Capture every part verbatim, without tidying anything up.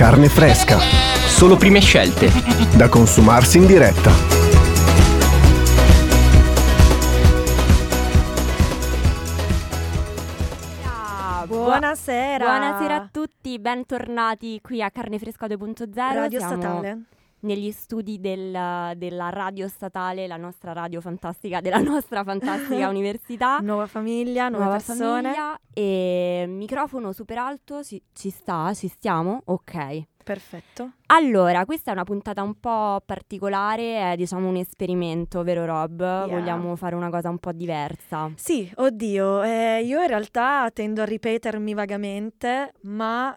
Carne fresca. Solo prime scelte. Da consumarsi in diretta. Buonasera. Buonasera a tutti, bentornati qui a Carne Fresca due punto zero. Radio Siamo Statale. negli studi del, della radio statale, la nostra radio fantastica, della nostra fantastica università. Nuova famiglia, nuove Nuova persone. famiglia e microfono super alto, si, ci sta, ci stiamo? Ok. Perfetto. Allora, questa è una puntata un po' particolare, è diciamo un esperimento, vero Rob? Yeah. Vogliamo fare una cosa un po' diversa. Sì, oddio, eh, io in realtà tendo a ripetermi vagamente, ma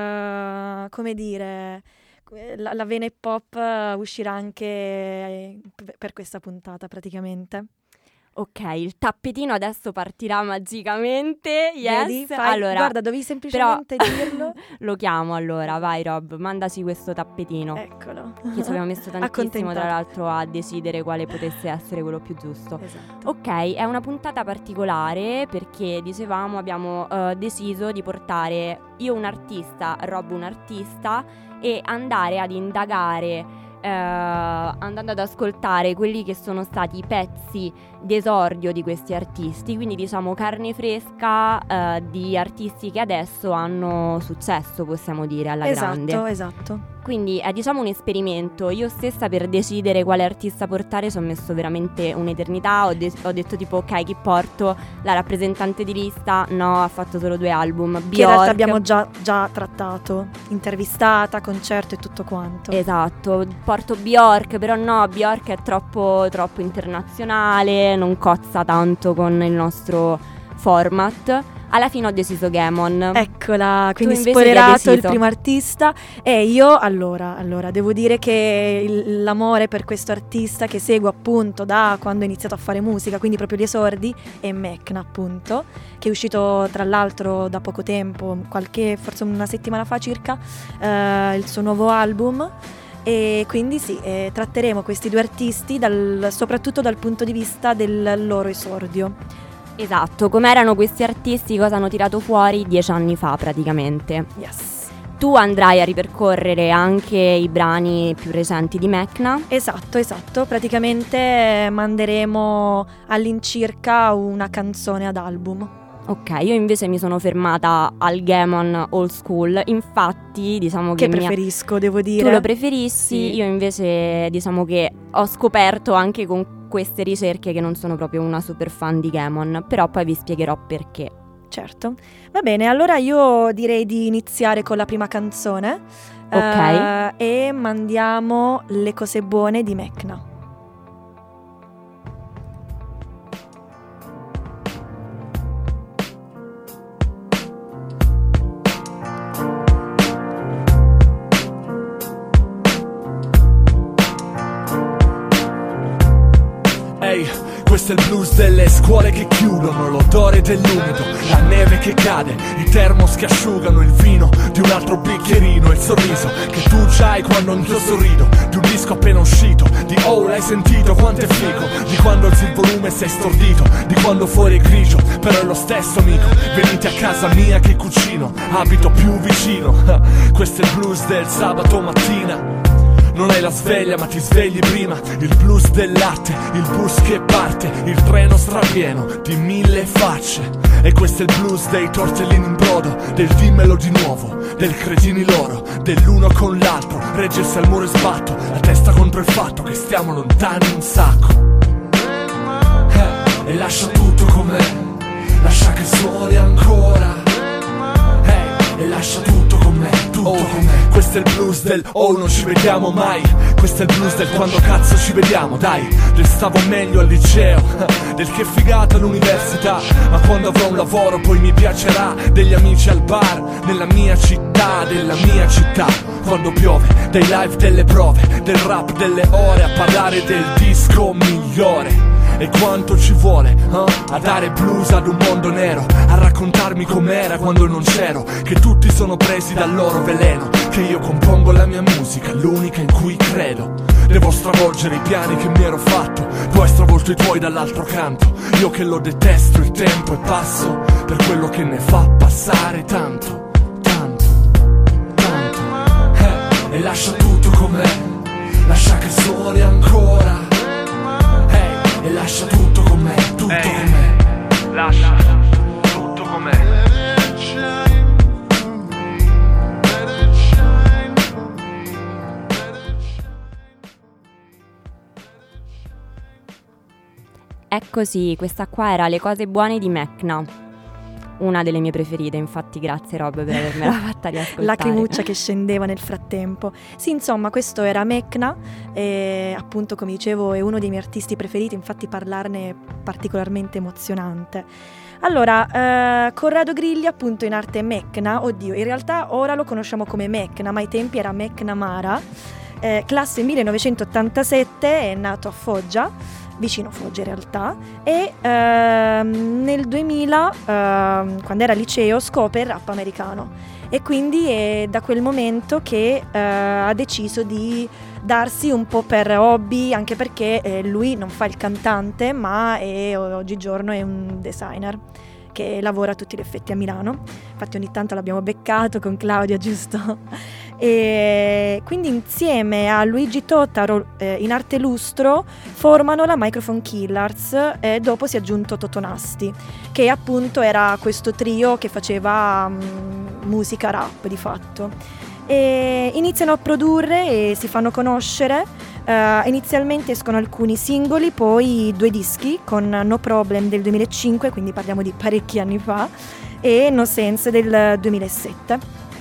eh, come dire, la, la vena hip hop eh, uscirà anche eh, per questa puntata praticamente. Ok, il tappetino adesso partirà magicamente. Yes. Vedi? Fai- allora, guarda, dovevi semplicemente però, dirlo. Lo chiamo allora, vai Rob, mandaci questo tappetino. Eccolo. Che ci abbiamo messo tantissimo Accontentato. tra l'altro a decidere quale potesse essere quello più giusto. Esatto. Ok, è una puntata particolare perché dicevamo abbiamo eh, deciso di portare io un artista, Rob un artista e andare ad indagare eh, andando ad ascoltare quelli che sono stati i pezzi d'esordio di questi artisti, quindi diciamo carne fresca eh, di artisti che adesso hanno successo, possiamo dire, alla Esatto, grande. esatto. Quindi è diciamo un esperimento. Io stessa per decidere quale artista portare ci ho messo veramente un'eternità. Ho, de- ho detto tipo ok, chi porto? La rappresentante di lista? No, ha fatto solo due album. Bjork. Che in realtà abbiamo già, già trattato, intervistata, concerto e tutto quanto. Esatto, porto Bjork, però no, Bjork è troppo, troppo internazionale, non cozza tanto con il nostro format. Alla fine ho deciso Gamon. Eccola, quindi invece chi hai spoilerato il deciso? primo artista. E io, allora, allora, devo dire che il- l'amore per questo artista che seguo appunto da quando ho iniziato a fare musica, quindi proprio gli esordi, è Mecna appunto, che è uscito tra l'altro da poco tempo, qualche, forse una settimana fa circa, eh, il suo nuovo album. E quindi sì, eh, tratteremo questi due artisti dal- soprattutto dal punto di vista del loro esordio. Esatto, com'erano questi artisti, cosa hanno tirato fuori dieci anni fa praticamente. Yes. Tu andrai a ripercorrere anche i brani più recenti di Mecna. Esatto, esatto. Praticamente manderemo all'incirca una canzone ad album. Ok, io invece mi sono fermata al Gamon Old School. Infatti, diciamo che, Che mi ha- preferisco, devo dire. tu lo preferissi, Sì. io invece diciamo che ho scoperto anche con queste ricerche che non sono proprio una super fan di Gamon, però poi vi spiegherò perché. Certo. Va bene, allora io direi di iniziare con la prima canzone. Ok. eh, e mandiamo Le cose buone di Mecna. Ehi, questo è il blues delle scuole che chiudono, l'odore dell'umido, la neve che cade, i termos che asciugano, il vino di un altro bicchierino, il sorriso che tu c'hai quando io sorrido, di un disco appena uscito, di oh l'hai sentito quanto è figo, di quando alzi il volume e sei stordito, di quando fuori è grigio, però è lo stesso amico, venite a casa mia che cucino, abito più vicino, questo è il blues del sabato mattina. Non hai la sveglia ma ti svegli prima. Il blues del latte, il bus che parte, il treno strapieno di mille facce. E questo è il blues dei tortellini in brodo, del dimmelo di nuovo, del cretini loro, dell'uno con l'altro, reggersi al muro e sbatto la testa contro il fatto che stiamo lontani un sacco. Eh, e lascia tutto com'è, lascia che suoni ancora. Eh, e lascia tutto con me, tutto oh, con me. Questo è il blues del oh non ci vediamo mai. Questo è il blues del quando cazzo ci vediamo, dai. Del stavo meglio al liceo, del che figata all'università. Ma quando avrò un lavoro poi mi piacerà. Degli amici al bar, nella mia città, della mia città. Quando piove, dei live delle prove, del rap delle ore, a parlare del disco migliore. E quanto ci vuole, eh? A dare blues ad un mondo nero, a raccontarmi com'era quando non c'ero, che tutti sono presi dal loro veleno, che io compongo la mia musica, l'unica in cui credo. Devo stravolgere i piani che mi ero fatto, tu hai stravolto i tuoi dall'altro canto. Io che lo detesto il tempo e passo per quello che ne fa passare tanto, tanto, tanto. È così, questa qua era Le cose buone di Mecna. Una delle mie preferite, infatti grazie Rob per avermela fatta riascoltare. Lacrimuccia che scendeva nel frattempo. Sì, insomma, questo era Mecna, e appunto come dicevo è uno dei miei artisti preferiti, infatti parlarne è particolarmente emozionante. Allora, eh, Corrado Grilli appunto in arte Mecna, oddio, in realtà ora lo conosciamo come Mecna, ma ai tempi era Mecna Mara, eh, classe millenovecentottantasette, è nato a Foggia, vicino Foggia in realtà, e ehm, nel duemila, ehm, quando era al liceo, scopre il rap americano e quindi è da quel momento che eh, ha deciso di darsi un po' per hobby, anche perché eh, lui non fa il cantante ma è, oggigiorno è un designer che lavora a tutti gli effetti a Milano, infatti ogni tanto l'abbiamo beccato con Claudia, giusto? E quindi insieme a Luigi Totaro eh, in arte lustro formano la Microphone Killers e dopo si è aggiunto Totonasti, che appunto era questo trio che faceva um, musica rap di fatto. E iniziano a produrre e si fanno conoscere. Uh, inizialmente escono alcuni singoli, poi due dischi con No Problem del duemilacinque, quindi parliamo di parecchi anni fa, e No Sense del duemilasette.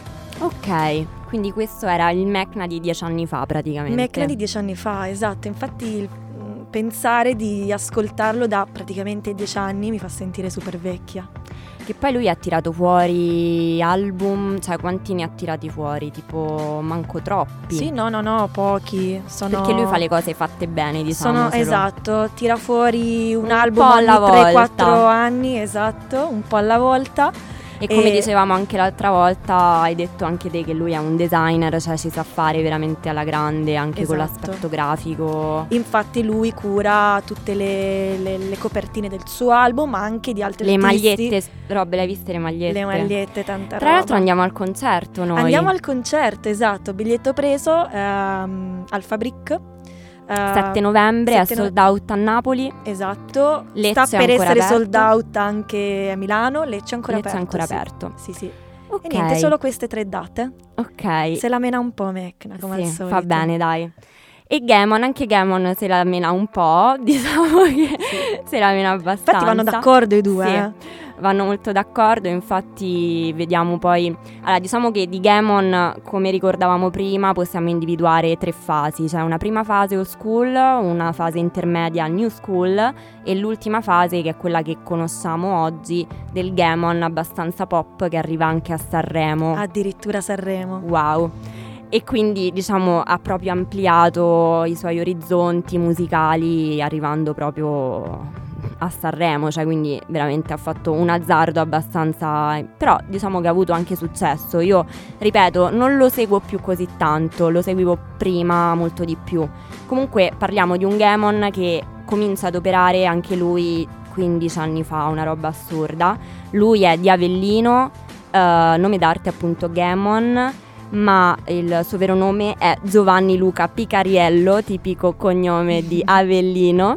Ok, quindi questo era il Mecna di dieci anni fa praticamente. Mecna di dieci anni fa, esatto, infatti mh, pensare di ascoltarlo da praticamente dieci anni mi fa sentire super vecchia. Che poi lui ha tirato fuori album, cioè quanti ne ha tirati fuori? Tipo manco troppi. Sì, no, no, no, pochi. Sono... Perché lui fa le cose fatte bene, diciamo. Sono, esatto, tira fuori un, un album po' alla ogni tre quattro volta. anni, esatto, un po' alla volta. E come E- dicevamo anche l'altra volta, hai detto anche te che lui è un designer, cioè ci sa fare veramente alla grande, anche con Esatto. l'aspetto grafico. Infatti lui cura tutte le, le- le copertine del suo album, ma anche di altri Le artisti. magliette, Rob, le hai viste le magliette? Le magliette, tanta Tra l'altro roba. andiamo al concerto noi. Andiamo al concerto, esatto, biglietto preso ehm, al Fabric. eh, sette novembre è sette no- sold out a Napoli. Esatto, Lecce sta è per ancora essere aperto. sold out anche a Milano, Lecce è ancora Lecce è aperto. ancora sì. aperto. Sì, sì. Ok. E niente, solo queste tre date. Ok. Se la mena un po' Mecna, come Sì, al solito. fa bene, dai. E Gamon, anche Gamon se la mena un po', diciamo che se la mena abbastanza. Infatti vanno d'accordo i due. Sì, eh. vanno molto d'accordo, infatti vediamo poi. Allora, diciamo che di Gamon, come ricordavamo prima, possiamo individuare tre fasi, cioè una prima fase old school, una fase intermedia new school e l'ultima fase che è quella che conosciamo oggi del Gamon abbastanza pop che arriva anche a Sanremo. Addirittura Sanremo. Wow. E quindi diciamo ha proprio ampliato i suoi orizzonti musicali arrivando proprio a Sanremo, cioè quindi veramente ha fatto un azzardo abbastanza, però diciamo che ha avuto anche successo. Io ripeto, non lo seguo più così tanto, lo seguivo prima molto di più. Comunque parliamo di un Gamon che comincia ad operare anche lui quindici anni fa, una roba assurda. Lui è di Avellino, eh, nome d'arte appunto Gamon, ma il suo vero nome è Giovanni Luca Picariello, tipico cognome di Avellino,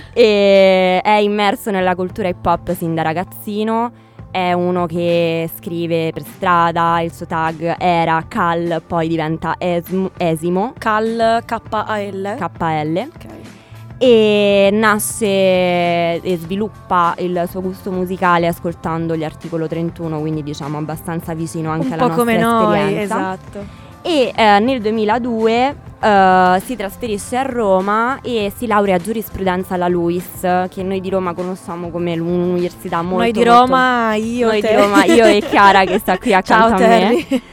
e è immerso nella cultura hip hop sin da ragazzino. È uno che scrive per strada, il suo tag era Cal, poi diventa Esmo, Esimo, Cal K A L. K L, Ok. e nasce e sviluppa il suo gusto musicale ascoltando gli Articolo trentuno, quindi diciamo abbastanza vicino anche Un alla po' nostra come noi, esperienza. esatto. E eh, nel duemiladue eh, si trasferisce a Roma e si laurea a giurisprudenza alla LUISS, che noi di Roma conosciamo come un'università molto Noi di molto- Roma, io, noi te. di Roma, io e Chiara che sta qui accanto Ciao a me. Terry.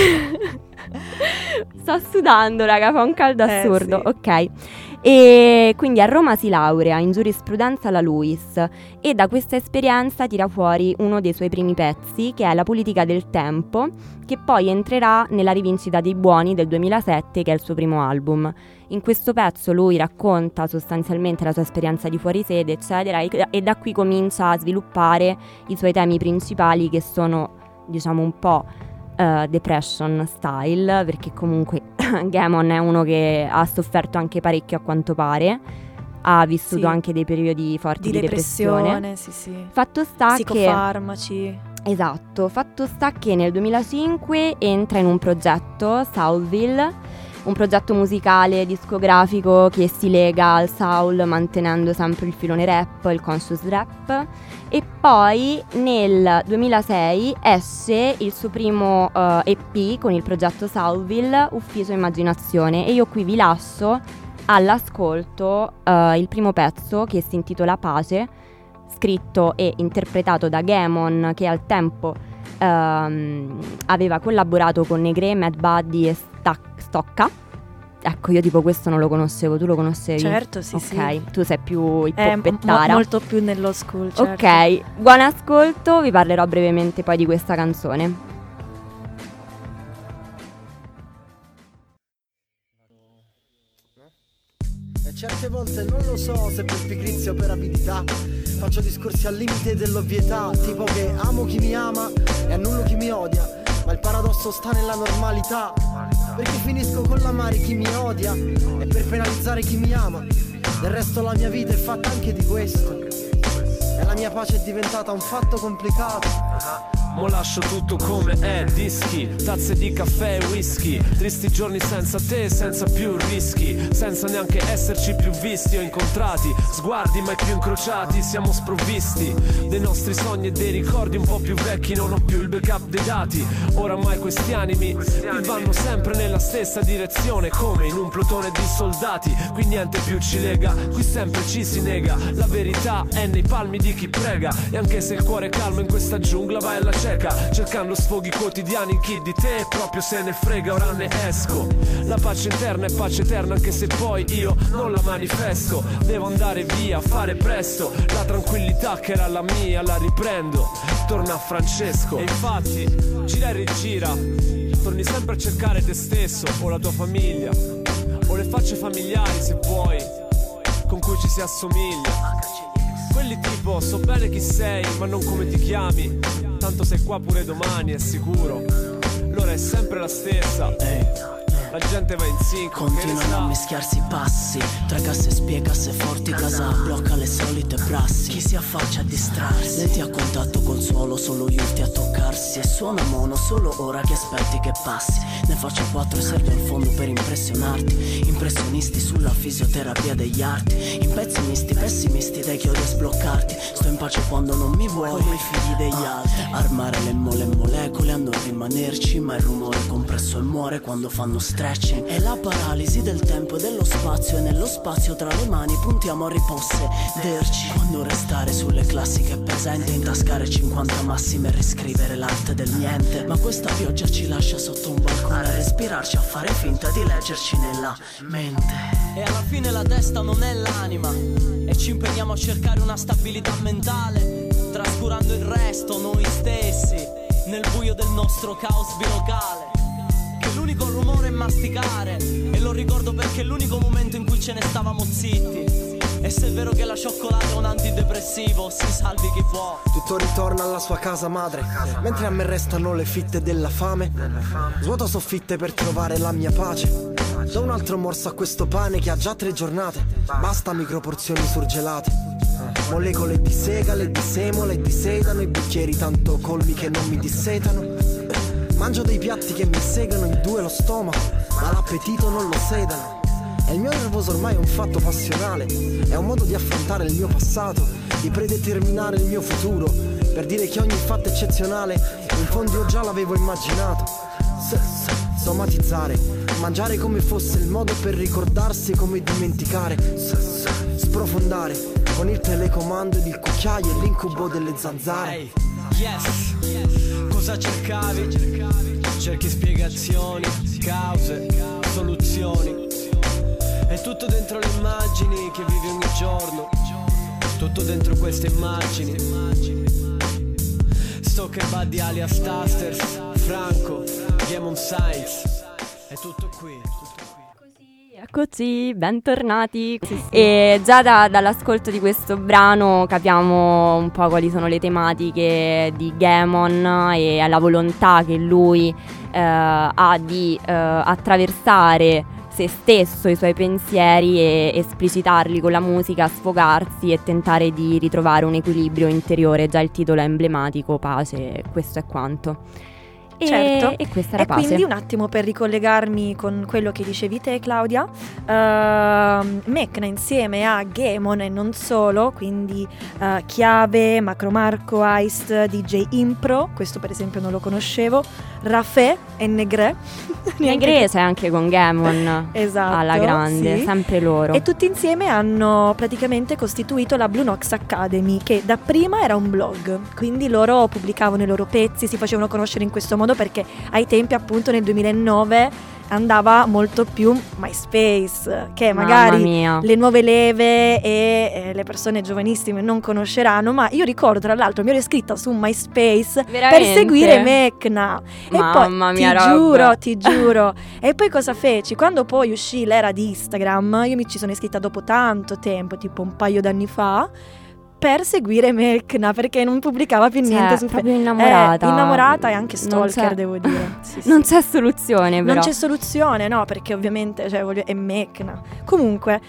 Sto sudando, raga, fa un caldo Eh, assurdo. sì. Ok. E quindi a Roma si laurea in giurisprudenza alla LUISS e da questa esperienza tira fuori uno dei suoi primi pezzi, che è La politica del tempo, che poi entrerà nella Rivincita dei Buoni del duemilasette, che è il suo primo album. In questo pezzo lui racconta sostanzialmente la sua esperienza di fuorisede, eccetera, e, e da qui comincia a sviluppare i suoi temi principali, che sono, diciamo, un po' uh, depression style, perché comunque Gamon è uno che ha sofferto anche parecchio a quanto pare, ha vissuto Sì. anche dei periodi forti Di di, depressione, sì, sì. Fatto sta che Psicofarmaci. Esatto, fatto sta che nel duemilacinque entra in un progetto, Southville, un progetto musicale discografico che si lega al soul mantenendo sempre il filone rap, il conscious rap. E poi nel duemilasei esce il suo primo uh, E P con il progetto Soulville, Ufficio Immaginazione, e io qui vi lascio all'ascolto uh, il primo pezzo che si intitola Pace, scritto e interpretato da Gamon, che al tempo um, aveva collaborato con Negre, Mad Buddy e Stac- Stocca. Ecco, io tipo questo non lo conoscevo, tu lo conoscevi? Certo, sì, sì. Ok, tu sei più È hip-hoppettara. mo- molto più nello school, certo. Ok, buon ascolto, vi parlerò brevemente poi di questa canzone. E certe volte non lo so se per pigrizia o per avidità faccio discorsi al limite dell'ovvietà, tipo che amo chi mi ama e annullo chi mi odia, ma il paradosso sta nella normalità, perché finisco con l'amare chi mi odia e per penalizzare chi mi ama. Del resto la mia vita è fatta anche di questo, e la mia pace è diventata un fatto complicato. Mo lascio tutto come è, dischi, tazze di caffè e whisky, tristi giorni senza te, senza più rischi, senza neanche esserci più visti o incontrati, sguardi mai più incrociati, siamo sprovvisti dei nostri sogni e dei ricordi un po' più vecchi, non ho più il backup dei dati, oramai questi animi vanno sempre nella stessa direzione, come in un plotone di soldati, qui niente più ci lega, qui sempre ci si nega, la verità è nei palmi di chi prega, e anche se il cuore è calmo in questa giungla vai alla cieca, cercando sfoghi quotidiani in chi di te proprio se ne frega, ora ne esco. La pace interna è pace eterna anche se poi io non la manifesto, devo andare via, fare presto, la tranquillità che era la mia la riprendo, torna Francesco. E infatti gira e rigira, torni sempre a cercare te stesso o la tua famiglia, o le facce familiari se vuoi, con cui ci si assomiglia. Quelli tipo, so bene chi sei, ma non come ti chiami, tanto sei qua pure domani, è sicuro. L'ora è sempre la stessa, la gente va in sync. Continuano a mischiarsi i passi tra casse spie, casse forti, casa blocca le solite prassi. Chi si affaccia a distrarsi, lenti a contatto col suolo, solo gli ulti a toccarsi. E suona mono solo ora che aspetti che passi. Ne faccio quattro e serve al fondo per impressionarti. Impressionisti sulla fisioterapia degli arti, in pezzi misti, pessimisti dai chiodi a sbloccarti. Sto in pace quando non mi vuoi, come i figli degli altri. Armare le mole molecole a non rimanerci, ma il rumore compresso e muore quando fanno stretching. È la paralisi del tempo e dello spazio, e nello spazio tra le mani puntiamo a ripossederci. Quando restare sulle classiche presenti, intascare cinquanta massime e riscrivere l'arte del niente. Ma questa pioggia ci lascia sotto un balcone a respirarci, a fare finta di leggerci nella mente. E alla fine la testa non è l'anima, e ci impegniamo a cercare una stabilità mentale, trascurando il resto, noi stessi, nel buio del nostro caos bilocale. Che l'unico rumore è masticare, e lo ricordo perché è l'unico momento in cui ce ne stavamo zitti. E se è vero che la cioccolata è un antidepressivo, si salvi chi può. Tutto ritorna alla sua casa madre, mentre a me restano le fitte della fame. Svuoto soffitte per trovare la mia pace. Do un altro morso a questo pane che ha già tre giornate. Basta microporzioni surgelate, molecole di segale, di semola e di sedano, i bicchieri tanto colmi che non mi dissetano. Mangio dei piatti che mi segano in due lo stomaco, ma l'appetito non lo sedano. E il mio nervoso ormai è un fatto passionale, è un modo di affrontare il mio passato, di predeterminare il mio futuro, per dire che ogni fatto eccezionale in fondo io già l'avevo immaginato. S-s- somatizzare, mangiare come fosse il modo per ricordarsi come dimenticare. S-s- sprofondare con il telecomando ed il cucchiaio e l'incubo delle zanzare. Hey, yes, cosa cercavi? Cerchi spiegazioni, cause, soluzioni. È tutto dentro le immagini che vivi ogni giorno, tutto dentro queste immagini. Stoker Buddy alias Tasters, Franco, Game on Science. È tutto qui, è tutto qui. Eccoci, bentornati. Sì, sì. E già da, dall'ascolto di questo brano capiamo un po' quali sono le tematiche di Gamon e la volontà che lui eh, ha di eh, attraversare se stesso, i suoi pensieri, e esplicitarli con la musica, sfogarsi e tentare di ritrovare un equilibrio interiore. Già il titolo è emblematico, pace, questo è quanto. E, certo. e questa era E Pase. quindi un attimo per ricollegarmi con quello che dicevi te, Claudia, uh, Mecna insieme a Gamon e non solo, quindi uh, Chiave, Macro Marco, Heist, D J Impro, questo per esempio non lo conoscevo, Rafè e Negre. Negrese anche con Gamon. Esatto, alla grande, sì. sempre loro. E tutti insieme hanno praticamente costituito la Blue Nox Academy, che dapprima era un blog, quindi loro pubblicavano i loro pezzi, si facevano conoscere in questo modo perché ai tempi appunto nel duemilanove andava molto più MySpace, che magari le nuove leve e eh, le persone giovanissime non conosceranno, ma io ricordo tra l'altro mi ero iscritta su MySpace Veramente? per seguire Mecna. Mamma e poi mia, ti roba. giuro, ti giuro. E poi cosa feci? Quando poi uscì l'era di Instagram, io mi ci sono iscritta dopo tanto tempo, tipo un paio d'anni fa, per seguire Mecna, perché non pubblicava più Cioè, niente su proprio Fe- innamorata. Eh, innamorata e anche Non stalker, c'è- devo dire. Sì, sì. Non c'è soluzione, però. Non c'è soluzione, no, perché ovviamente cioè, voglio, è Mecna. Comunque,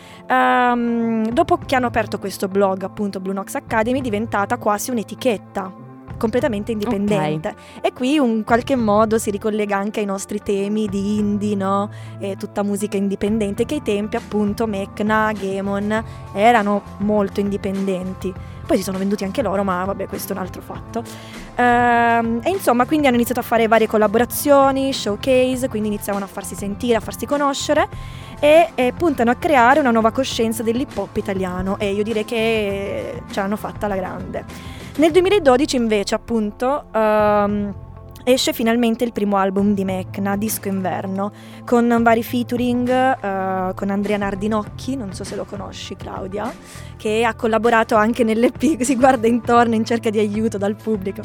ehm, dopo che hanno aperto questo blog, appunto Blue Nox Academy, è diventata quasi un'etichetta completamente indipendente. E qui in qualche modo si ricollega anche ai nostri temi di indie, no? E tutta musica indipendente, che ai tempi appunto Mecna, Gamon erano molto indipendenti. Poi si sono venduti anche loro, ma vabbè, questo è un altro fatto. Ehm, e insomma, quindi hanno iniziato a fare varie collaborazioni, showcase, quindi iniziavano a farsi sentire, a farsi conoscere e, e puntano a creare una nuova coscienza dell'hip hop italiano, e io direi che ce l'hanno fatta alla grande. Nel duemiladodici invece appunto um, esce finalmente il primo album di Mecna, Disco Inverno, con vari featuring uh, con Andrea Nardinocchi, non so se lo conosci Claudia, che ha collaborato anche nell'E P, si guarda intorno in cerca di aiuto dal pubblico,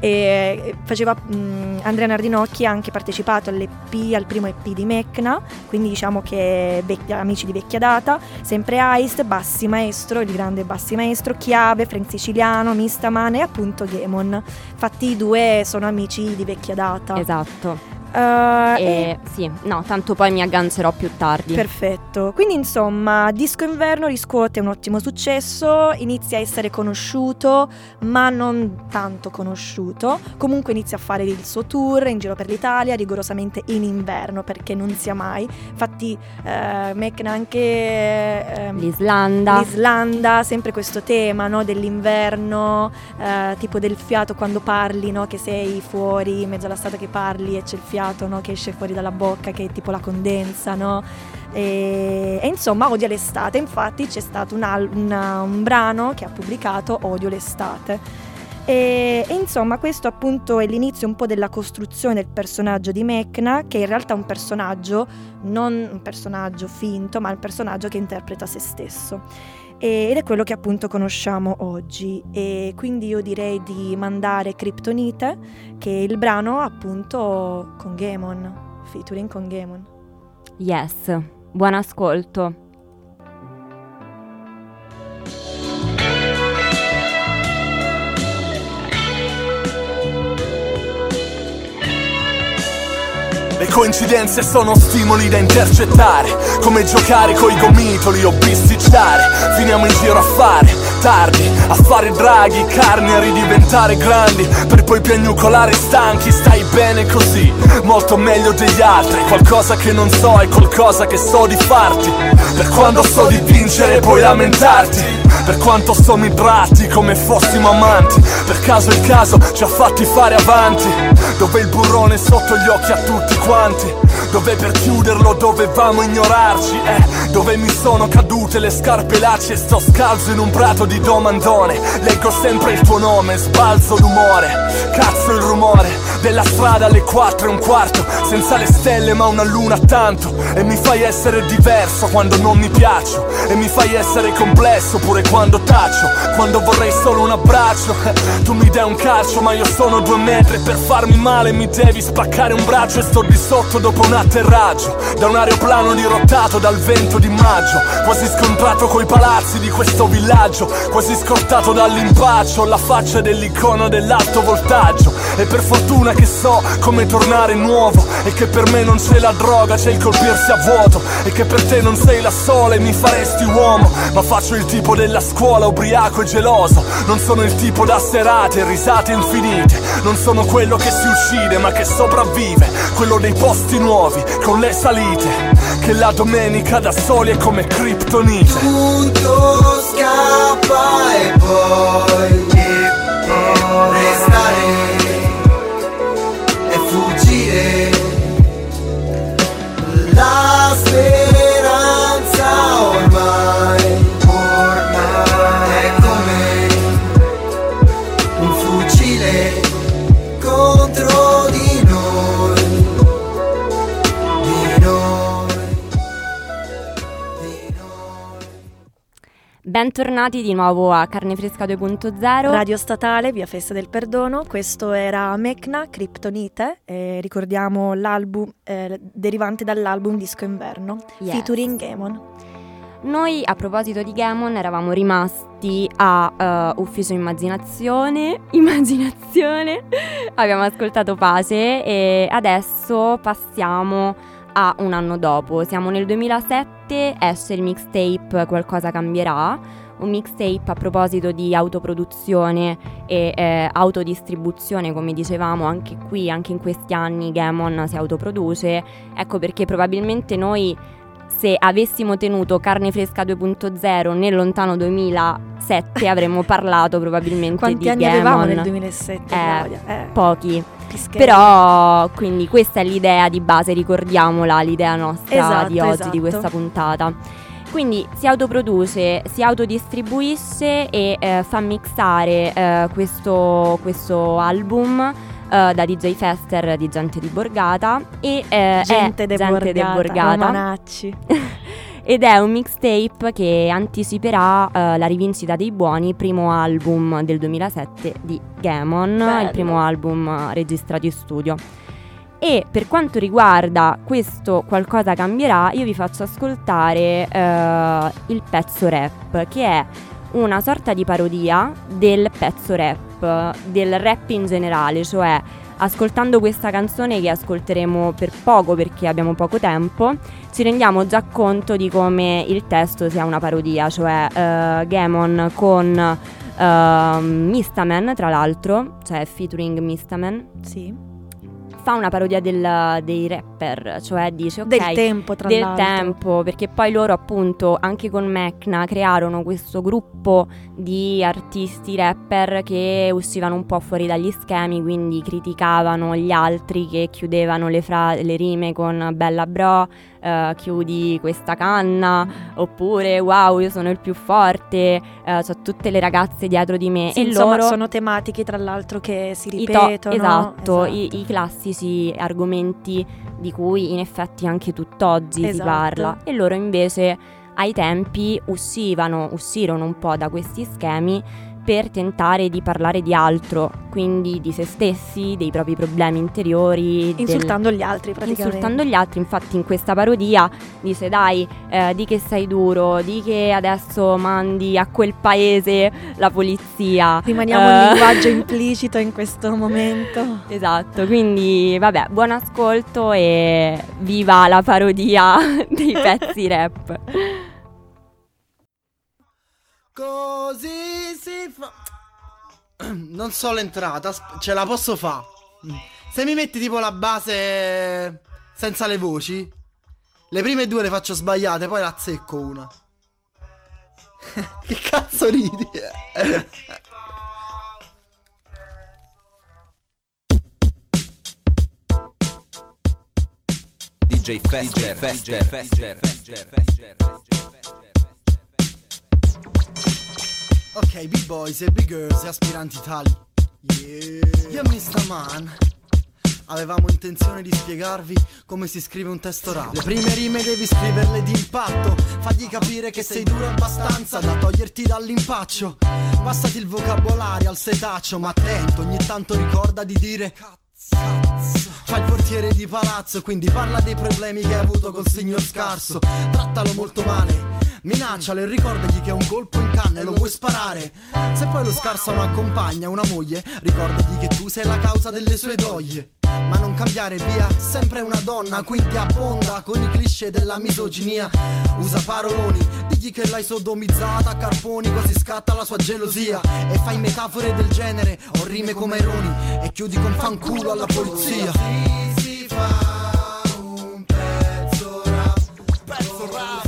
e faceva mh, Andrea Nardinocchi ha anche partecipato all'E P, al primo E P di Mecna, quindi diciamo che vecchia, amici di vecchia data, sempre Heist, Bassi Maestro, il grande Bassi Maestro, Chiave, Frank Siciliano, Mistaman e appunto Gamon. Infatti i due sono amici di vecchia data. Esatto. Uh, e, e sì, no, tanto poi mi aggancerò più tardi. Perfetto. Quindi insomma, Disco Inverno riscuote un ottimo successo, inizia a essere conosciuto, ma non tanto conosciuto. Comunque inizia a fare il suo tour in giro per l'Italia, rigorosamente in inverno, perché non sia mai. Infatti eh, Mecna anche eh, l'Islanda. L'Islanda, sempre questo tema, no, dell'inverno, eh, tipo del fiato quando parli, no, che sei fuori in mezzo alla strada che parli e c'è il fiato, no, che esce fuori dalla bocca, che è tipo la condensa, no? E, e insomma odia l'estate. Infatti c'è stato un, al- una, un brano che ha pubblicato, Odio l'estate, e, e insomma questo appunto è l'inizio un po' della costruzione del personaggio di Mecna, che in realtà è un personaggio, non un personaggio finto, ma un personaggio che interpreta se stesso, ed è quello che appunto conosciamo oggi. E quindi io direi di mandare Kryptonite, che è il brano appunto con Gamon, featuring con Gamon. Yes, buon ascolto. Le coincidenze sono stimoli da intercettare, come giocare coi gomitoli o bisticciare. Finiamo in giro a fare tardi, a fare draghi, carni, a ridiventare grandi, per poi piagnucolare stanchi. Stai bene così, molto meglio degli altri. Qualcosa che non so è qualcosa che so di farti. Per quando so di vincere puoi lamentarti, per quanto sono idratti come fossimo amanti. Per caso il caso ci ha fatti fare avanti, dove il burrone sotto gli occhi a tutti quanti, dove per chiuderlo dovevamo ignorarci, eh, dove mi sono cadute le scarpe lacci e sto scalzo in un prato di domandone. Leggo sempre il tuo nome, sbalzo l'umore, cazzo il rumore della strada alle quattro e un quarto, senza le stelle ma una luna tanto. E mi fai essere diverso quando non mi piaccio, e mi fai essere complesso pure quando taccio, quando vorrei solo un abbraccio. Tu mi dai un calcio ma io sono due metri, e per farmi male mi devi spaccare un braccio. E sto di sotto dopo un atterraggio da un aeroplano dirottato dal vento di maggio, quasi scontrato coi palazzi di questo villaggio, quasi scortato dall'impaccio, la faccia dell'icona dell'alto voltaggio. E per fortuna che so come tornare nuovo, e che per me non c'è la droga, c'è il colpirsi a vuoto, e che per te non sei la sola e mi faresti uomo. Ma faccio il tipo della scuola scuola ubriaco e geloso. Non sono il tipo da serate e risate infinite. Non sono quello che si uccide ma che sopravvive. Quello dei posti nuovi con le salite, che la domenica da soli è come kriptonite. Tutto scappa e poi, e poi restare e fuggire. La speranza ormai, ormai è come un fucile contro di noi, di noi, di noi. Bentornati di nuovo a Carne Fresca due punto zero. Radio Statale, via Festa del Perdono. Questo era Mecna, Kriptonite, eh, ricordiamo l'album eh, derivante dall'album Disco Inverno, Yes. featuring Gamon. Noi a proposito di Gamon eravamo rimasti a uh, Ufficio Immaginazione, Immaginazione, abbiamo ascoltato Pace e adesso passiamo a un anno dopo. Siamo nel duemilasette, esce il mixtape Qualcosa Cambierà, un mixtape a proposito di autoproduzione e eh, autodistribuzione, come dicevamo anche qui, anche in questi anni Gamon si autoproduce, ecco perché probabilmente noi, se avessimo tenuto Carne Fresca due punto zero nel lontano duemilasette avremmo parlato probabilmente Quanti di anni Gamon. avevamo nel duemilasette, Eh, Claudia? Eh, Pochi. che scherzo. Però, quindi questa è l'idea di base, ricordiamola, l'idea nostra Esatto, di oggi, esatto. di questa puntata. Quindi si autoproduce, si autodistribuisce e eh, fa mixare eh, questo, questo album eh, da D J Fester di Gente di Borgata e eh, Gente è de Gente de Borgata, Borgata. Romanacci. Ed è un mixtape che anticiperà eh, la rivincita dei buoni, primo album del duemilasette di Gamon, Bello. il primo album eh, registrato in studio. E per quanto riguarda questo Qualcosa Cambierà, io vi faccio ascoltare eh, il pezzo rap, che è una sorta di parodia del pezzo rap, del rap in generale, cioè ascoltando questa canzone che ascolteremo per poco perché abbiamo poco tempo, ci rendiamo già conto di come il testo sia una parodia, cioè uh, Gamon con uh, Mistaman, tra l'altro, cioè featuring Mistaman, Sì. fa una parodia del, dei rapper, cioè dice ok, Del tempo, tra del l'altro. tempo, perché poi loro appunto anche con Mecna crearono questo gruppo di artisti rapper che uscivano un po' fuori dagli schemi, quindi criticavano gli altri che chiudevano le, fra- le rime con bella bro, uh, chiudi questa canna, oppure wow io sono il più forte, uh, c'ho tutte le ragazze dietro di me. Sì, e insomma, loro sono tematiche tra l'altro che si i to- ripetono. esatto, esatto. I, i classici argomenti di cui in effetti anche tutt'oggi si Esatto. parla, e loro invece ai tempi uscivano, uscirono un po' da questi schemi per tentare di parlare di altro, quindi di se stessi, dei propri problemi interiori, del- Insultando gli altri praticamente. insultando gli altri. Infatti in questa parodia dice dai, eh, di che sei duro, di che adesso mandi a quel paese la polizia. Rimaniamo Eh, un linguaggio implicito in questo momento. Esatto, quindi vabbè, buon ascolto e viva la parodia dei pezzi rap. Così si fa. Non so l'entrata, asp- ce la posso fa. Se mi metti tipo la base senza le voci, le prime due le faccio sbagliate, poi la azzecco una. Che cazzo ridi? D J Fester, Fester, Fester, Fester. Ok, B-boys e B-girls e aspiranti tali. Yeah. Io e mister Man avevamo intenzione di spiegarvi come si scrive un testo rap. Le prime rime devi scriverle d'impatto, fagli capire che sei duro abbastanza da toglierti dall'impaccio. Passati il vocabolario al setaccio, ma attento, ogni tanto ricorda di dire cazzo. Fa il portiere di palazzo, quindi parla dei problemi che hai avuto col signor Scarso. Trattalo molto male, minaccialo e ricordagli che è un colpo in canna e lo vuoi sparare. Se poi lo Scarso non accompagna una moglie, ricordagli che tu sei la causa delle sue doglie. ma non cambiare via. Sempre una donna, quindi abbonda con i cliché della misoginia. Usa paroloni, digli che l'hai sodomizzata a carponi, così scatta la sua gelosia. E fai metafore del genere, o rime come Eroni, e chiudi con fanculo alla polizia. Si, si fa un pezzo rap, pezzo rap.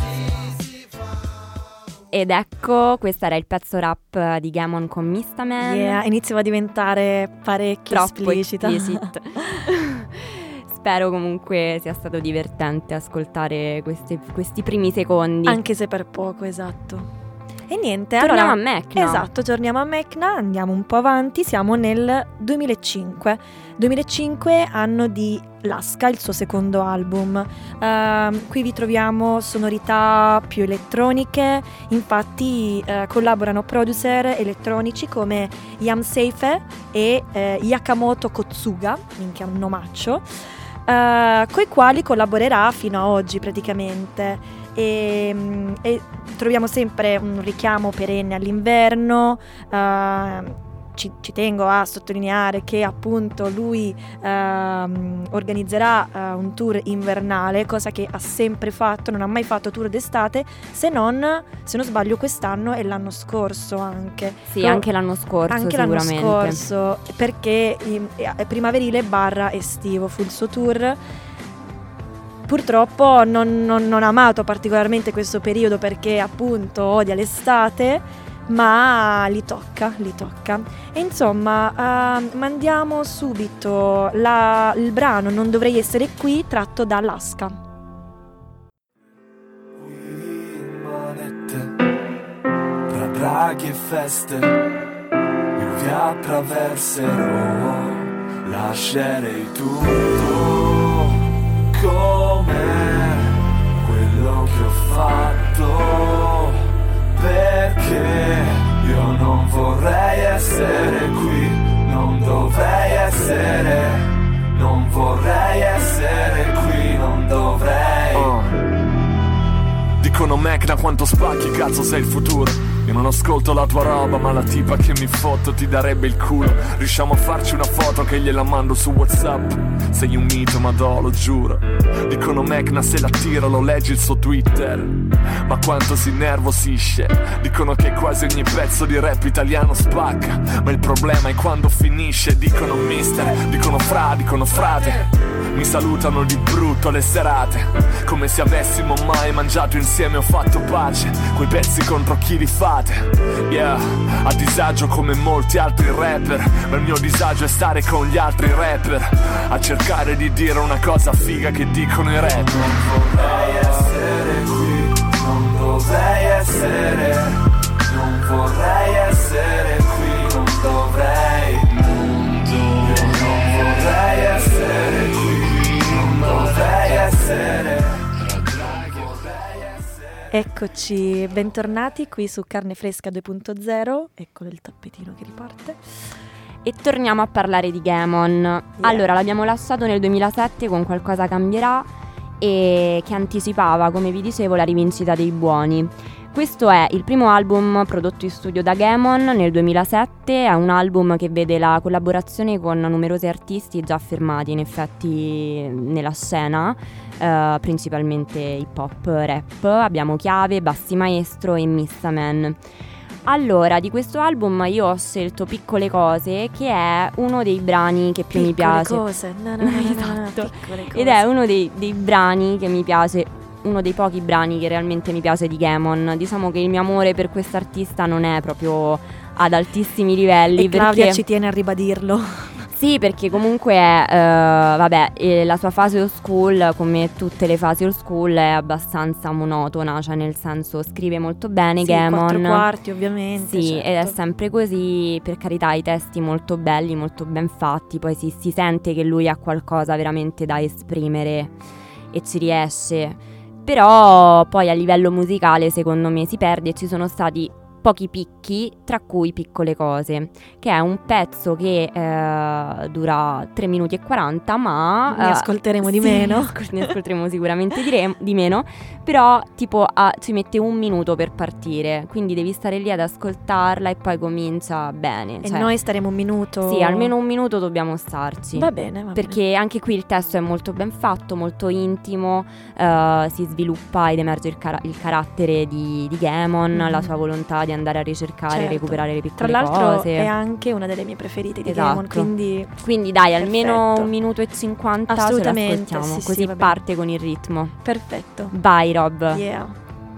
Ed ecco, questo era il pezzo rap di Gamon con Mistaman. Yeah, iniziava a diventare parecchio Troppo esplicita. explicit. Spero comunque sia stato divertente ascoltare questi, questi primi secondi. Anche se per poco, esatto. E niente, Torniamo allora, a Mecna. Esatto, torniamo a Mecna, andiamo un po' avanti, siamo nel duemilacinque. duemilacinque, anno di Laska, il suo secondo album. Uh, qui vi troviamo sonorità più elettroniche, infatti uh, collaborano producer elettronici come Yam Seife e uh, Yakamoto Kotsuga, minchia un nomaccio, uh, coi quali collaborerà fino a oggi praticamente. E, e troviamo sempre un richiamo perenne all'inverno. uh, ci, ci tengo a sottolineare che appunto lui uh, organizzerà uh, un tour invernale, cosa che ha sempre fatto, non ha mai fatto tour d'estate, se non, se non sbaglio quest'anno e l'anno scorso anche. Sì, Però, anche l'anno scorso anche sicuramente. l'anno scorso, perché è primaverile barra estivo fu il suo tour. Purtroppo non, non, non ha amato particolarmente questo periodo perché appunto odia l'estate, ma li tocca, li tocca. E insomma, uh, mandiamo subito la, il brano Non dovrei essere qui, tratto da Laska. Tra draghi e feste io vi attraverserò, lascerei tutto come quello che ho fatto, perché io non vorrei essere qui, non dovrei essere, non vorrei essere qui, non dovrei. Oh. Dicono Mecna quanto spacchi, cazzo sei il futuro. Io non ascolto la tua roba, ma la tipa che mi foto ti darebbe il culo. Riusciamo a farci una foto che gliela mando su WhatsApp. Sei un mito, ma do, lo giuro. Dicono Mecna se la tiro lo leggi il suo Twitter, ma quanto si innervosisce. Dicono che quasi ogni pezzo di rap italiano spacca, ma il problema è quando finisce. Dicono mister, dicono fra, dicono frate. Mi salutano di brutto le serate, come se avessimo mai mangiato insieme o fatto pace. Quei pezzi contro chi li fate. Yeah, a disagio come molti altri rapper, ma il mio disagio è stare con gli altri rapper a cercare di dire una cosa figa che dicono i rapper. Non vorrei essere qui, non dovrei essere, non vorrei essere qui, non dovrei, io non vorrei essere qui, non dovrei essere. Eccoci, bentornati qui su Carne Fresca due punto zero, ecco il tappetino che riparte. E torniamo a parlare di Gamon. Yeah. Allora, l'abbiamo lasciato nel duemilasette con Qualcosa cambierà, e che anticipava, come vi dicevo, la rivincita dei buoni. Questo è il primo album prodotto in studio da Gamon nel duemilasette, è un album che vede la collaborazione con numerosi artisti già affermati in effetti nella scena, eh, principalmente hip hop, rap. Abbiamo Chiave, Bassi Maestro e Mistaman. Allora, di questo album io ho scelto Piccole Cose, che è uno dei brani che più piccole mi piace. Cose. No, no, no, esatto. no, no, piccole cose. Ed è uno dei, dei brani che mi piace, uno dei pochi brani che realmente mi piace di Gamon. Diciamo che il mio amore per quest'artista non è proprio ad altissimi livelli. E Claudia perché... ci tiene a ribadirlo. Sì, perché comunque è, uh, vabbè, eh, la sua fase old school, come tutte le fasi old school, è abbastanza monotona, cioè nel senso scrive molto bene, sì, Gamon. quattro quarti ovviamente. Sì, certo. Ed è sempre così, per carità, i testi molto belli, molto ben fatti, poi si, si sente che lui ha qualcosa veramente da esprimere e ci riesce. Però poi a livello musicale secondo me si perde, e ci sono stati pochi picchi, tra cui Piccole cose, che è un pezzo che eh, dura tre minuti e quaranta, ma ne eh, ascolteremo di sì, meno. ne ascolteremo sicuramente di, re- di meno, però tipo ah, ci mette un minuto per partire, quindi devi stare lì ad ascoltarla e poi comincia bene. E cioè, noi staremo un minuto? Sì, almeno un minuto dobbiamo starci. Va bene, va perché bene. anche qui il testo è molto ben fatto, molto intimo, eh, si sviluppa ed emerge il, cara- il carattere di, di Gaemon, Mm. la sua volontà di andare a ricercare, Certo. recuperare le Tra piccole l'altro cose. è anche una delle mie preferite di Esatto. Gaemon, quindi Quindi dai, almeno perfetto. un minuto e cinquanta ce Assolutamente, l'ascoltiamo, sì, sì, così va bene. parte con il ritmo. perfetto. Vai Rob. Yeah.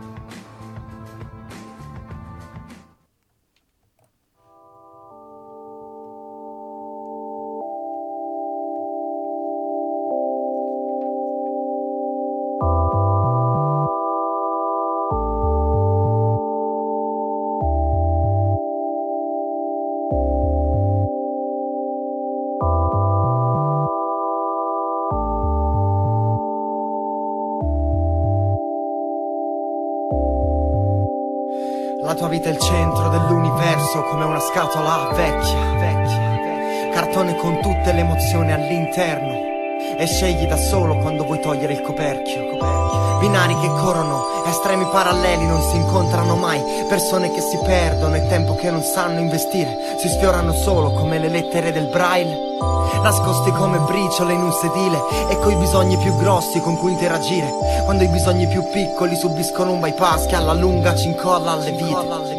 La tua vita è il centro dell'universo, come una scatola vecchia, vecchia, cartone con tutte le emozioni all'interno, e scegli da solo quando vuoi togliere il coperchio, coperchio. Binari che corrono, estremi paralleli non si incontrano mai, persone che si perdono e tempo che non sanno investire, si sfiorano solo come le lettere del Braille, nascosti come briciole in un sedile, e coi bisogni più grossi con cui interagire, quando i bisogni più piccoli subiscono un bypass che alla lunga ci incolla alle vite.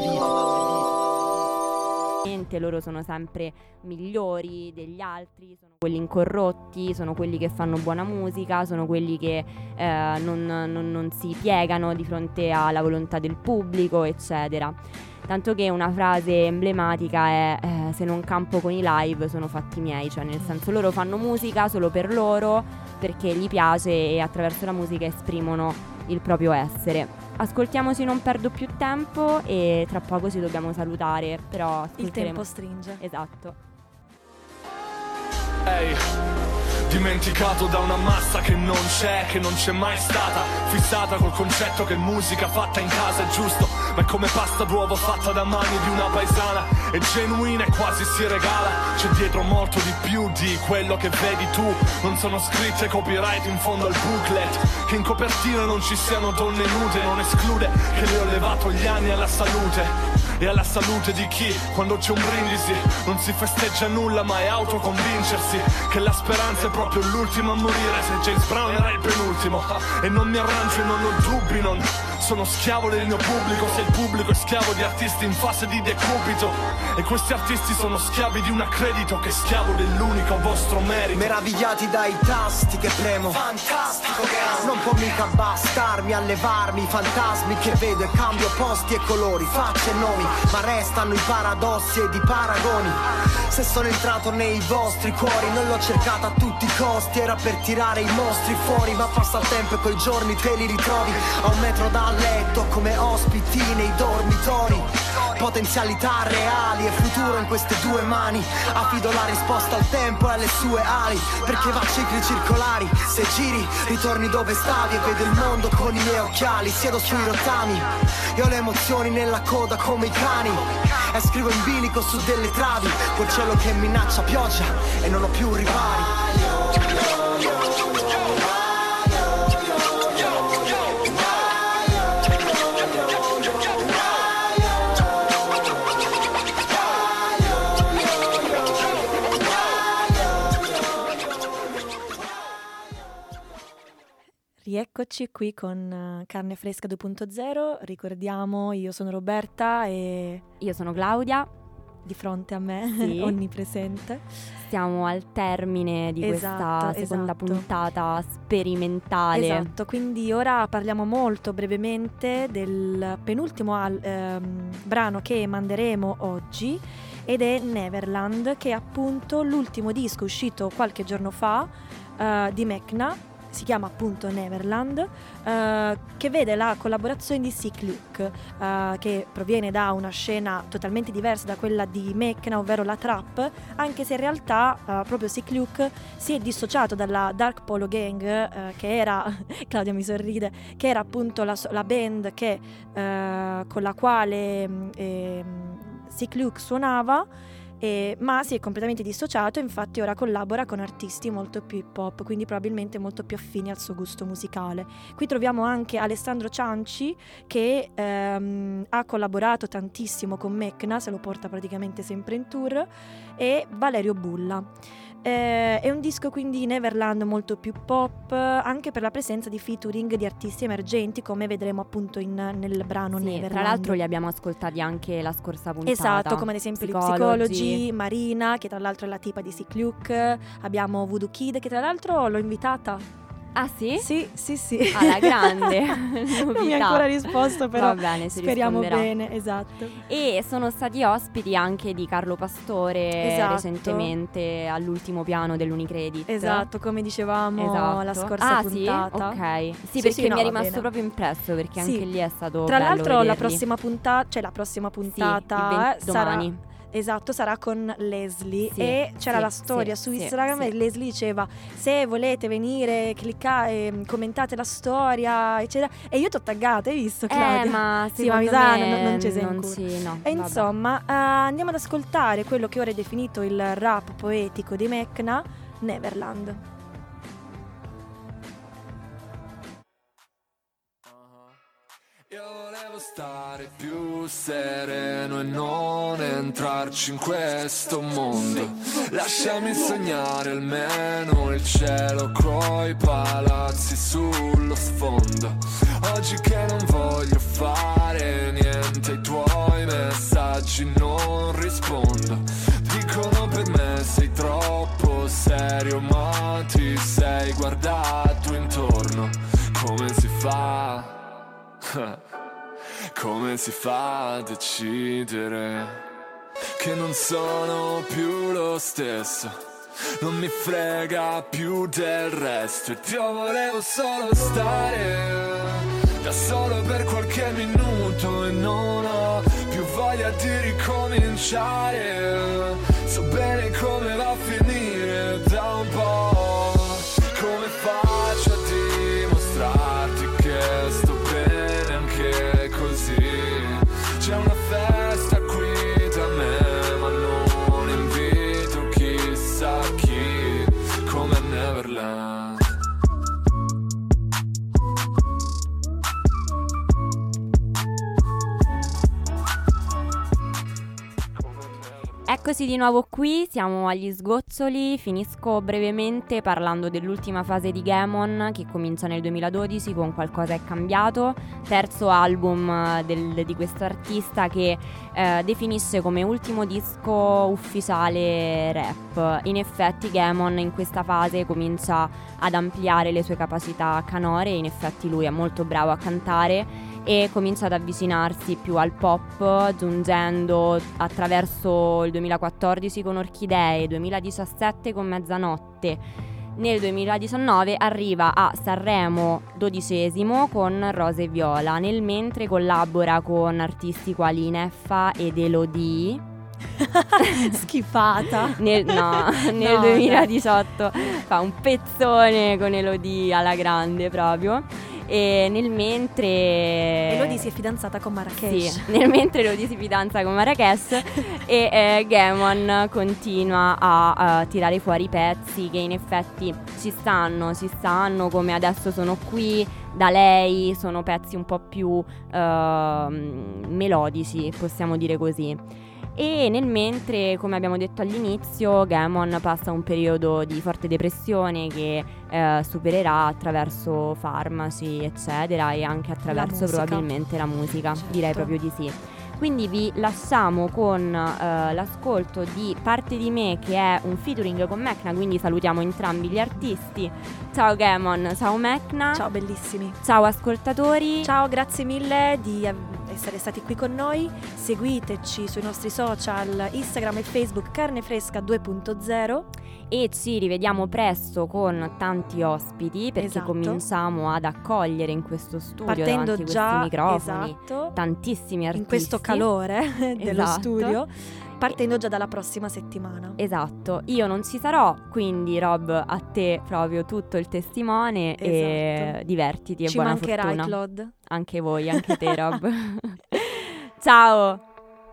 Loro sono sempre migliori degli altri, sono quelli incorrotti, sono quelli che fanno buona musica, sono quelli che eh, non, non, non si piegano di fronte alla volontà del pubblico, eccetera. Tanto che una frase emblematica è eh, se non campo con i live sono fatti miei, cioè nel senso loro fanno musica solo per loro, perché gli piace e attraverso la musica esprimono il proprio essere. Ascoltiamoci Non perdo più tempo e tra poco ci dobbiamo salutare, però Il ascolteremo- tempo stringe. Esatto. Ehi, dimenticato da una massa che non c'è, che non c'è mai stata, fissata col concetto che musica fatta in casa è giusto, ma è come pasta d'uovo fatta da mani di una paesana, è genuina e quasi si regala, c'è dietro molto di più di quello che vedi tu, non sono scritte copyright in fondo al booklet, che in copertina non ci siano donne nude, non esclude che le ho levato gli anni alla salute, e alla salute di chi, quando c'è un brindisi, non si festeggia nulla ma è autoconvincersi che la speranza è proprio l'ultimo a morire, se James Brown era il penultimo, e non mi arrangio e non ho dubbi, non sono schiavo del mio pubblico, se il pubblico è schiavo di artisti in fase di decubito, e questi artisti sono schiavi di un accredito che è schiavo dell'unico vostro merito. Meravigliati dai tasti che premo, fantastico che non può mica bastarmi a levarmi i fantasmi che vedo, e cambio posti e colori, facce e nomi, ma restano i paradossi ed i paragoni. Se sono entrato nei vostri cuori non l'ho cercata a tutti i costi, era per tirare i mostri fuori, ma passa il tempo e coi giorni te li ritrovi a un metro dal letto come ospiti nei dormitori. Potenzialità reali e futuro in queste due mani, affido la risposta al tempo e alle sue ali, perché va a cicli circolari, se giri ritorni dove stavi e vedo il mondo con i miei occhiali, siedo sui rottami, io ho le emozioni nella coda come i cani, e scrivo in bilico su delle travi, col cielo che minaccia pioggia e non ho più ripari. Rieccoci qui con uh, Carne Fresca due punto zero, ricordiamo io sono Roberta e Io sono Claudia, di fronte a me, Sì. onnipresente. siamo al termine di Esatto, questa seconda esatto. puntata sperimentale. Esatto, quindi ora parliamo molto brevemente del penultimo al- ehm, brano che manderemo oggi, ed è Neverland, che è appunto l'ultimo disco uscito qualche giorno fa eh, di Mecna, si chiama appunto Neverland, uh, che vede la collaborazione di Sick Luke, uh, che proviene da una scena totalmente diversa da quella di Mecna, ovvero la trap, anche se in realtà uh, proprio Sick Luke si è dissociato dalla Dark Polo Gang, uh, che era, Claudia mi sorride, che era appunto la, la band che, uh, con la quale eh, Sick Luke suonava. Eh, ma si è completamente dissociato, infatti ora collabora con artisti molto più hip hop, quindi probabilmente molto più affini al suo gusto musicale. Qui troviamo anche Alessandro Cianci, che ehm, ha collaborato tantissimo con Mecna, se lo porta praticamente sempre in tour, e Valerio Bulla. Eh, è un disco quindi Neverland molto più pop, anche per la presenza di featuring di artisti emergenti, come vedremo appunto in, nel brano sì, Neverland. Tra l'altro li abbiamo ascoltati anche la scorsa puntata. Esatto, come ad esempio Psicology. gli Psicology, Marina, che tra l'altro è la tipa di Sick Luke, abbiamo Voodoo Kid, che tra l'altro l'ho invitata. Ah sì? Sì, sì, sì. Alla grande. Non mi ha ancora risposto, però va bene, si speriamo risponderà. bene, esatto. E sono stati ospiti anche di Carlo Pastore, esatto, recentemente all'ultimo piano dell'Unicredit. Esatto, come dicevamo esatto. la scorsa ah, puntata. Sì? Ok. Sì, sì perché sì, mi no, è rimasto bene. proprio impresso, perché sì. anche lì è stato Tra bello l'altro vederli. la prossima puntata, cioè la prossima puntata sì, venti, sarà domani. Esatto, sarà con Leslie, sì, e c'era sì, la storia sì, su sì, Instagram sì. e Leslie diceva: se volete venire, cliccate, commentate la storia, eccetera. E io t'ho taggata, hai visto, Claudia? Eh, ma sì, ma mi secondo sa, me non, non ci sei non ancora. ci- no, E vabbè. insomma, uh, andiamo ad ascoltare quello che ora è definito il rap poetico di Mecna, Neverland. Io volevo stare più sereno e non entrarci in questo mondo. Lasciami sognare almeno il cielo coi palazzi sullo sfondo. Oggi che non voglio fare niente, ai tuoi messaggi non rispondo. Dicono per me sei troppo serio, ma ti sei guardato intorno. Come si fa? Come si fa a decidere che non sono più lo stesso? Non mi frega più del resto. Ed io volevo solo stare da solo per qualche minuto e non ho più voglia di ricominciare. So bene come va a finire da un po'. Come faccio a dimostrarti che sto bene anche così? C'è una festa qui da me, ma non invito chissà chi, come a Neverland. Eccoci di nuovo qui, siamo agli sgoccioli. Finisco brevemente parlando dell'ultima fase di Gaemon, che comincia nel duemiladodici con Qualcosa è cambiato, terzo album del, di questo artista, che eh, definisce come ultimo disco ufficiale rap. In effetti Gaemon in questa fase comincia ad ampliare le sue capacità canore, in effetti lui è molto bravo a cantare, e comincia ad avvicinarsi più al pop, giungendo attraverso il duemilaquattordici con Orchidee, duemiladiciassette con Mezzanotte. Nel duemiladiciannove arriva a Sanremo dodicesimo con Rose e Viola, nel mentre collabora con artisti quali Neffa ed Elodie. Schifata. Nel, no, nel No, duemiladiciotto fa un pezzone con Elodie alla grande proprio. E nel mentre Elodie si è fidanzata con Marrakesh. Sì, nel mentre Elodie si fidanza con Marrakesh e eh, Gaemon continua a, a tirare fuori i pezzi che in effetti ci stanno, ci stanno, come Adesso sono qui, Da lei, sono pezzi un po' più uh, melodici, possiamo dire così. E nel mentre, come abbiamo detto all'inizio, Gaemon passa un periodo di forte depressione che eh, supererà attraverso farmaci eccetera, e anche attraverso probabilmente la musica, certo. Direi proprio di sì. Quindi vi lasciamo con uh, l'ascolto di Parte di me, che è un featuring con Mecna, quindi salutiamo entrambi gli artisti. Ciao Gaemon, ciao Mecna. Ciao bellissimi. Ciao ascoltatori. Ciao, grazie mille di essere stati qui con noi. Seguiteci sui nostri social Instagram e Facebook Carne Fresca due punto zero e ci rivediamo presto con tanti ospiti, perché esatto. cominciamo ad accogliere in questo studio partendo davanti a già questi microfoni esatto, tantissimi artisti in questo calore dello esatto. studio, partendo già dalla prossima settimana. Esatto, io non ci sarò, quindi Rob, a te proprio tutto il testimone esatto. e divertiti e ci buona mancherai, fortuna. Claude. Anche voi, anche te Rob. Ciao.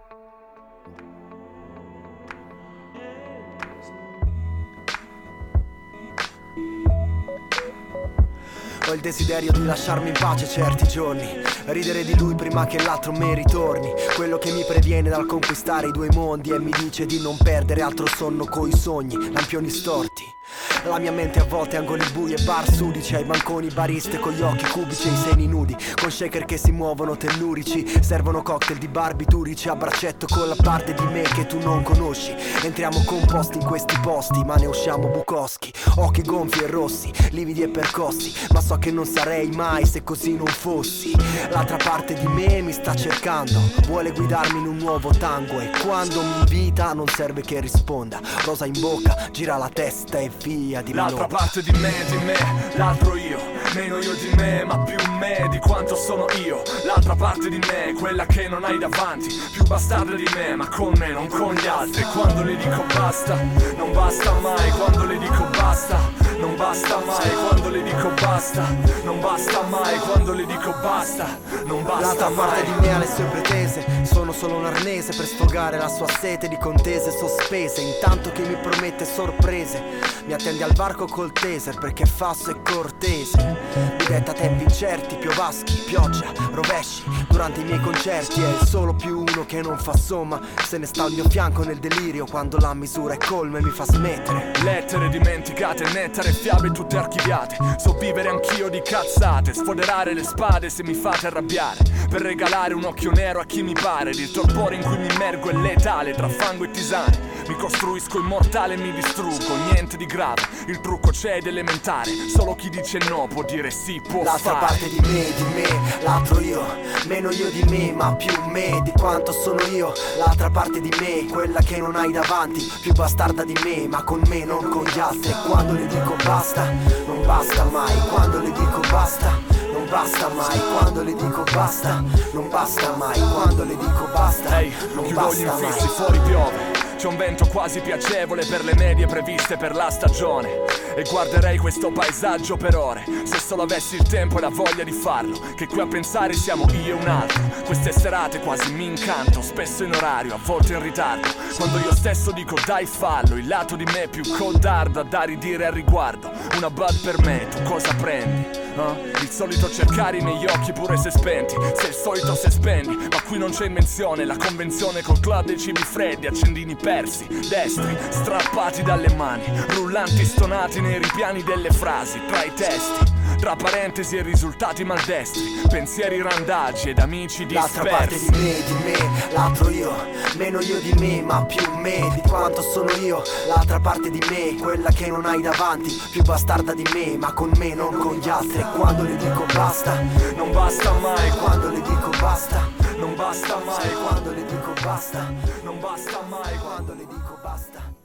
Ho il desiderio di lasciarmi in pace certi giorni, ridere di lui prima che l'altro me ritorni. Quello che mi previene dal conquistare i due mondi e mi dice di non perdere altro sonno coi sogni, lampioni storti. La mia mente a volte angoli bui e bar sudici, ai banconi bariste con gli occhi cubici e i seni nudi, con shaker che si muovono tellurici, servono cocktail di barbiturici a braccetto con la parte di me che tu non conosci. Entriamo composti in questi posti ma ne usciamo bucoschi, occhi gonfi e rossi, lividi e percossi, ma so che non sarei mai se così non fossi. L'altra parte di me mi sta cercando, vuole guidarmi in un nuovo tango e quando mi invita non serve che risponda, rosa in bocca, gira la testa e via di l'altra melone. parte di me, di me, l'altro io, meno io di me, ma più me di quanto sono io. L'altra parte di me, quella che non hai davanti, più bastarda di me, ma con me, non con gli altri. Quando le dico basta, non basta mai. Quando le dico basta, non basta mai. Quando le dico basta, non basta mai. Quando le dico basta, non basta l'altra mai. parte di me ha le sue pretese, sono solo un arnese per sfogare la sua sete di contese sospese, intanto che mi promette sorprese. Mi attendi al varco col taser perché fasso e cortese. Mi detta tempi incerti, piovaschi, pioggia, rovesci durante i miei concerti. È il solo più uno che non fa somma, se ne sta al mio fianco nel delirio quando la misura è colma e mi fa smettere. Lettere dimenticate, nettare, fiabe tutte archiviate. So vivere anch'io di cazzate, sfoderare le spade se mi fate arrabbiare, per regalare un occhio nero a chi mi pare. Il torpore in cui mi immergo è letale, tra fango e tisane. Mi costruisco immortale e mi distruggo, niente di grave, il trucco c'è ed elementare. Solo chi dice no può dire sì, può l'altra fare. parte di me, di me, l'altro io, meno io di me, ma più me di quanto sono io. L'altra parte di me, quella che non hai davanti, più bastarda di me, ma con me, non con gli altri. E quando le dico basta, non basta mai. Quando le dico basta, non basta mai. Quando le dico basta, non basta mai. Quando le dico basta, Ehi, non chiudo gli basta infissi, mai. fuori piove. C'è un vento quasi piacevole per le medie previste per la stagione, e guarderei questo paesaggio per ore, se solo avessi il tempo e la voglia di farlo. Che qui a pensare siamo io e un altro. Queste serate quasi mi incanto, spesso in orario, a volte in ritardo. Quando io stesso dico dai fallo, il lato di me più codardo a da ridire al riguardo. Una bud per me, tu cosa prendi? Uh? Il solito cercare i miei occhi pure se spenti, sei il solito se spendi, ma qui non c'è invenzione. La convenzione col club dei cibi freddi, accendini persi, destri, strappati dalle mani, rullanti stonati nei ripiani delle frasi, tra i testi, tra parentesi e risultati maldestri, pensieri randagi ed amici dispersi. L'altra parte di me, di me, l'altro io, meno io di me, ma più me di quanto sono io. L'altra parte di me, quella che non hai davanti, più bastarda di me, ma con me, non con gli altri. E quando le dico basta, non basta mai. Quando le dico basta, non basta mai. Quando le dico basta, non basta mai. Quando le dico basta.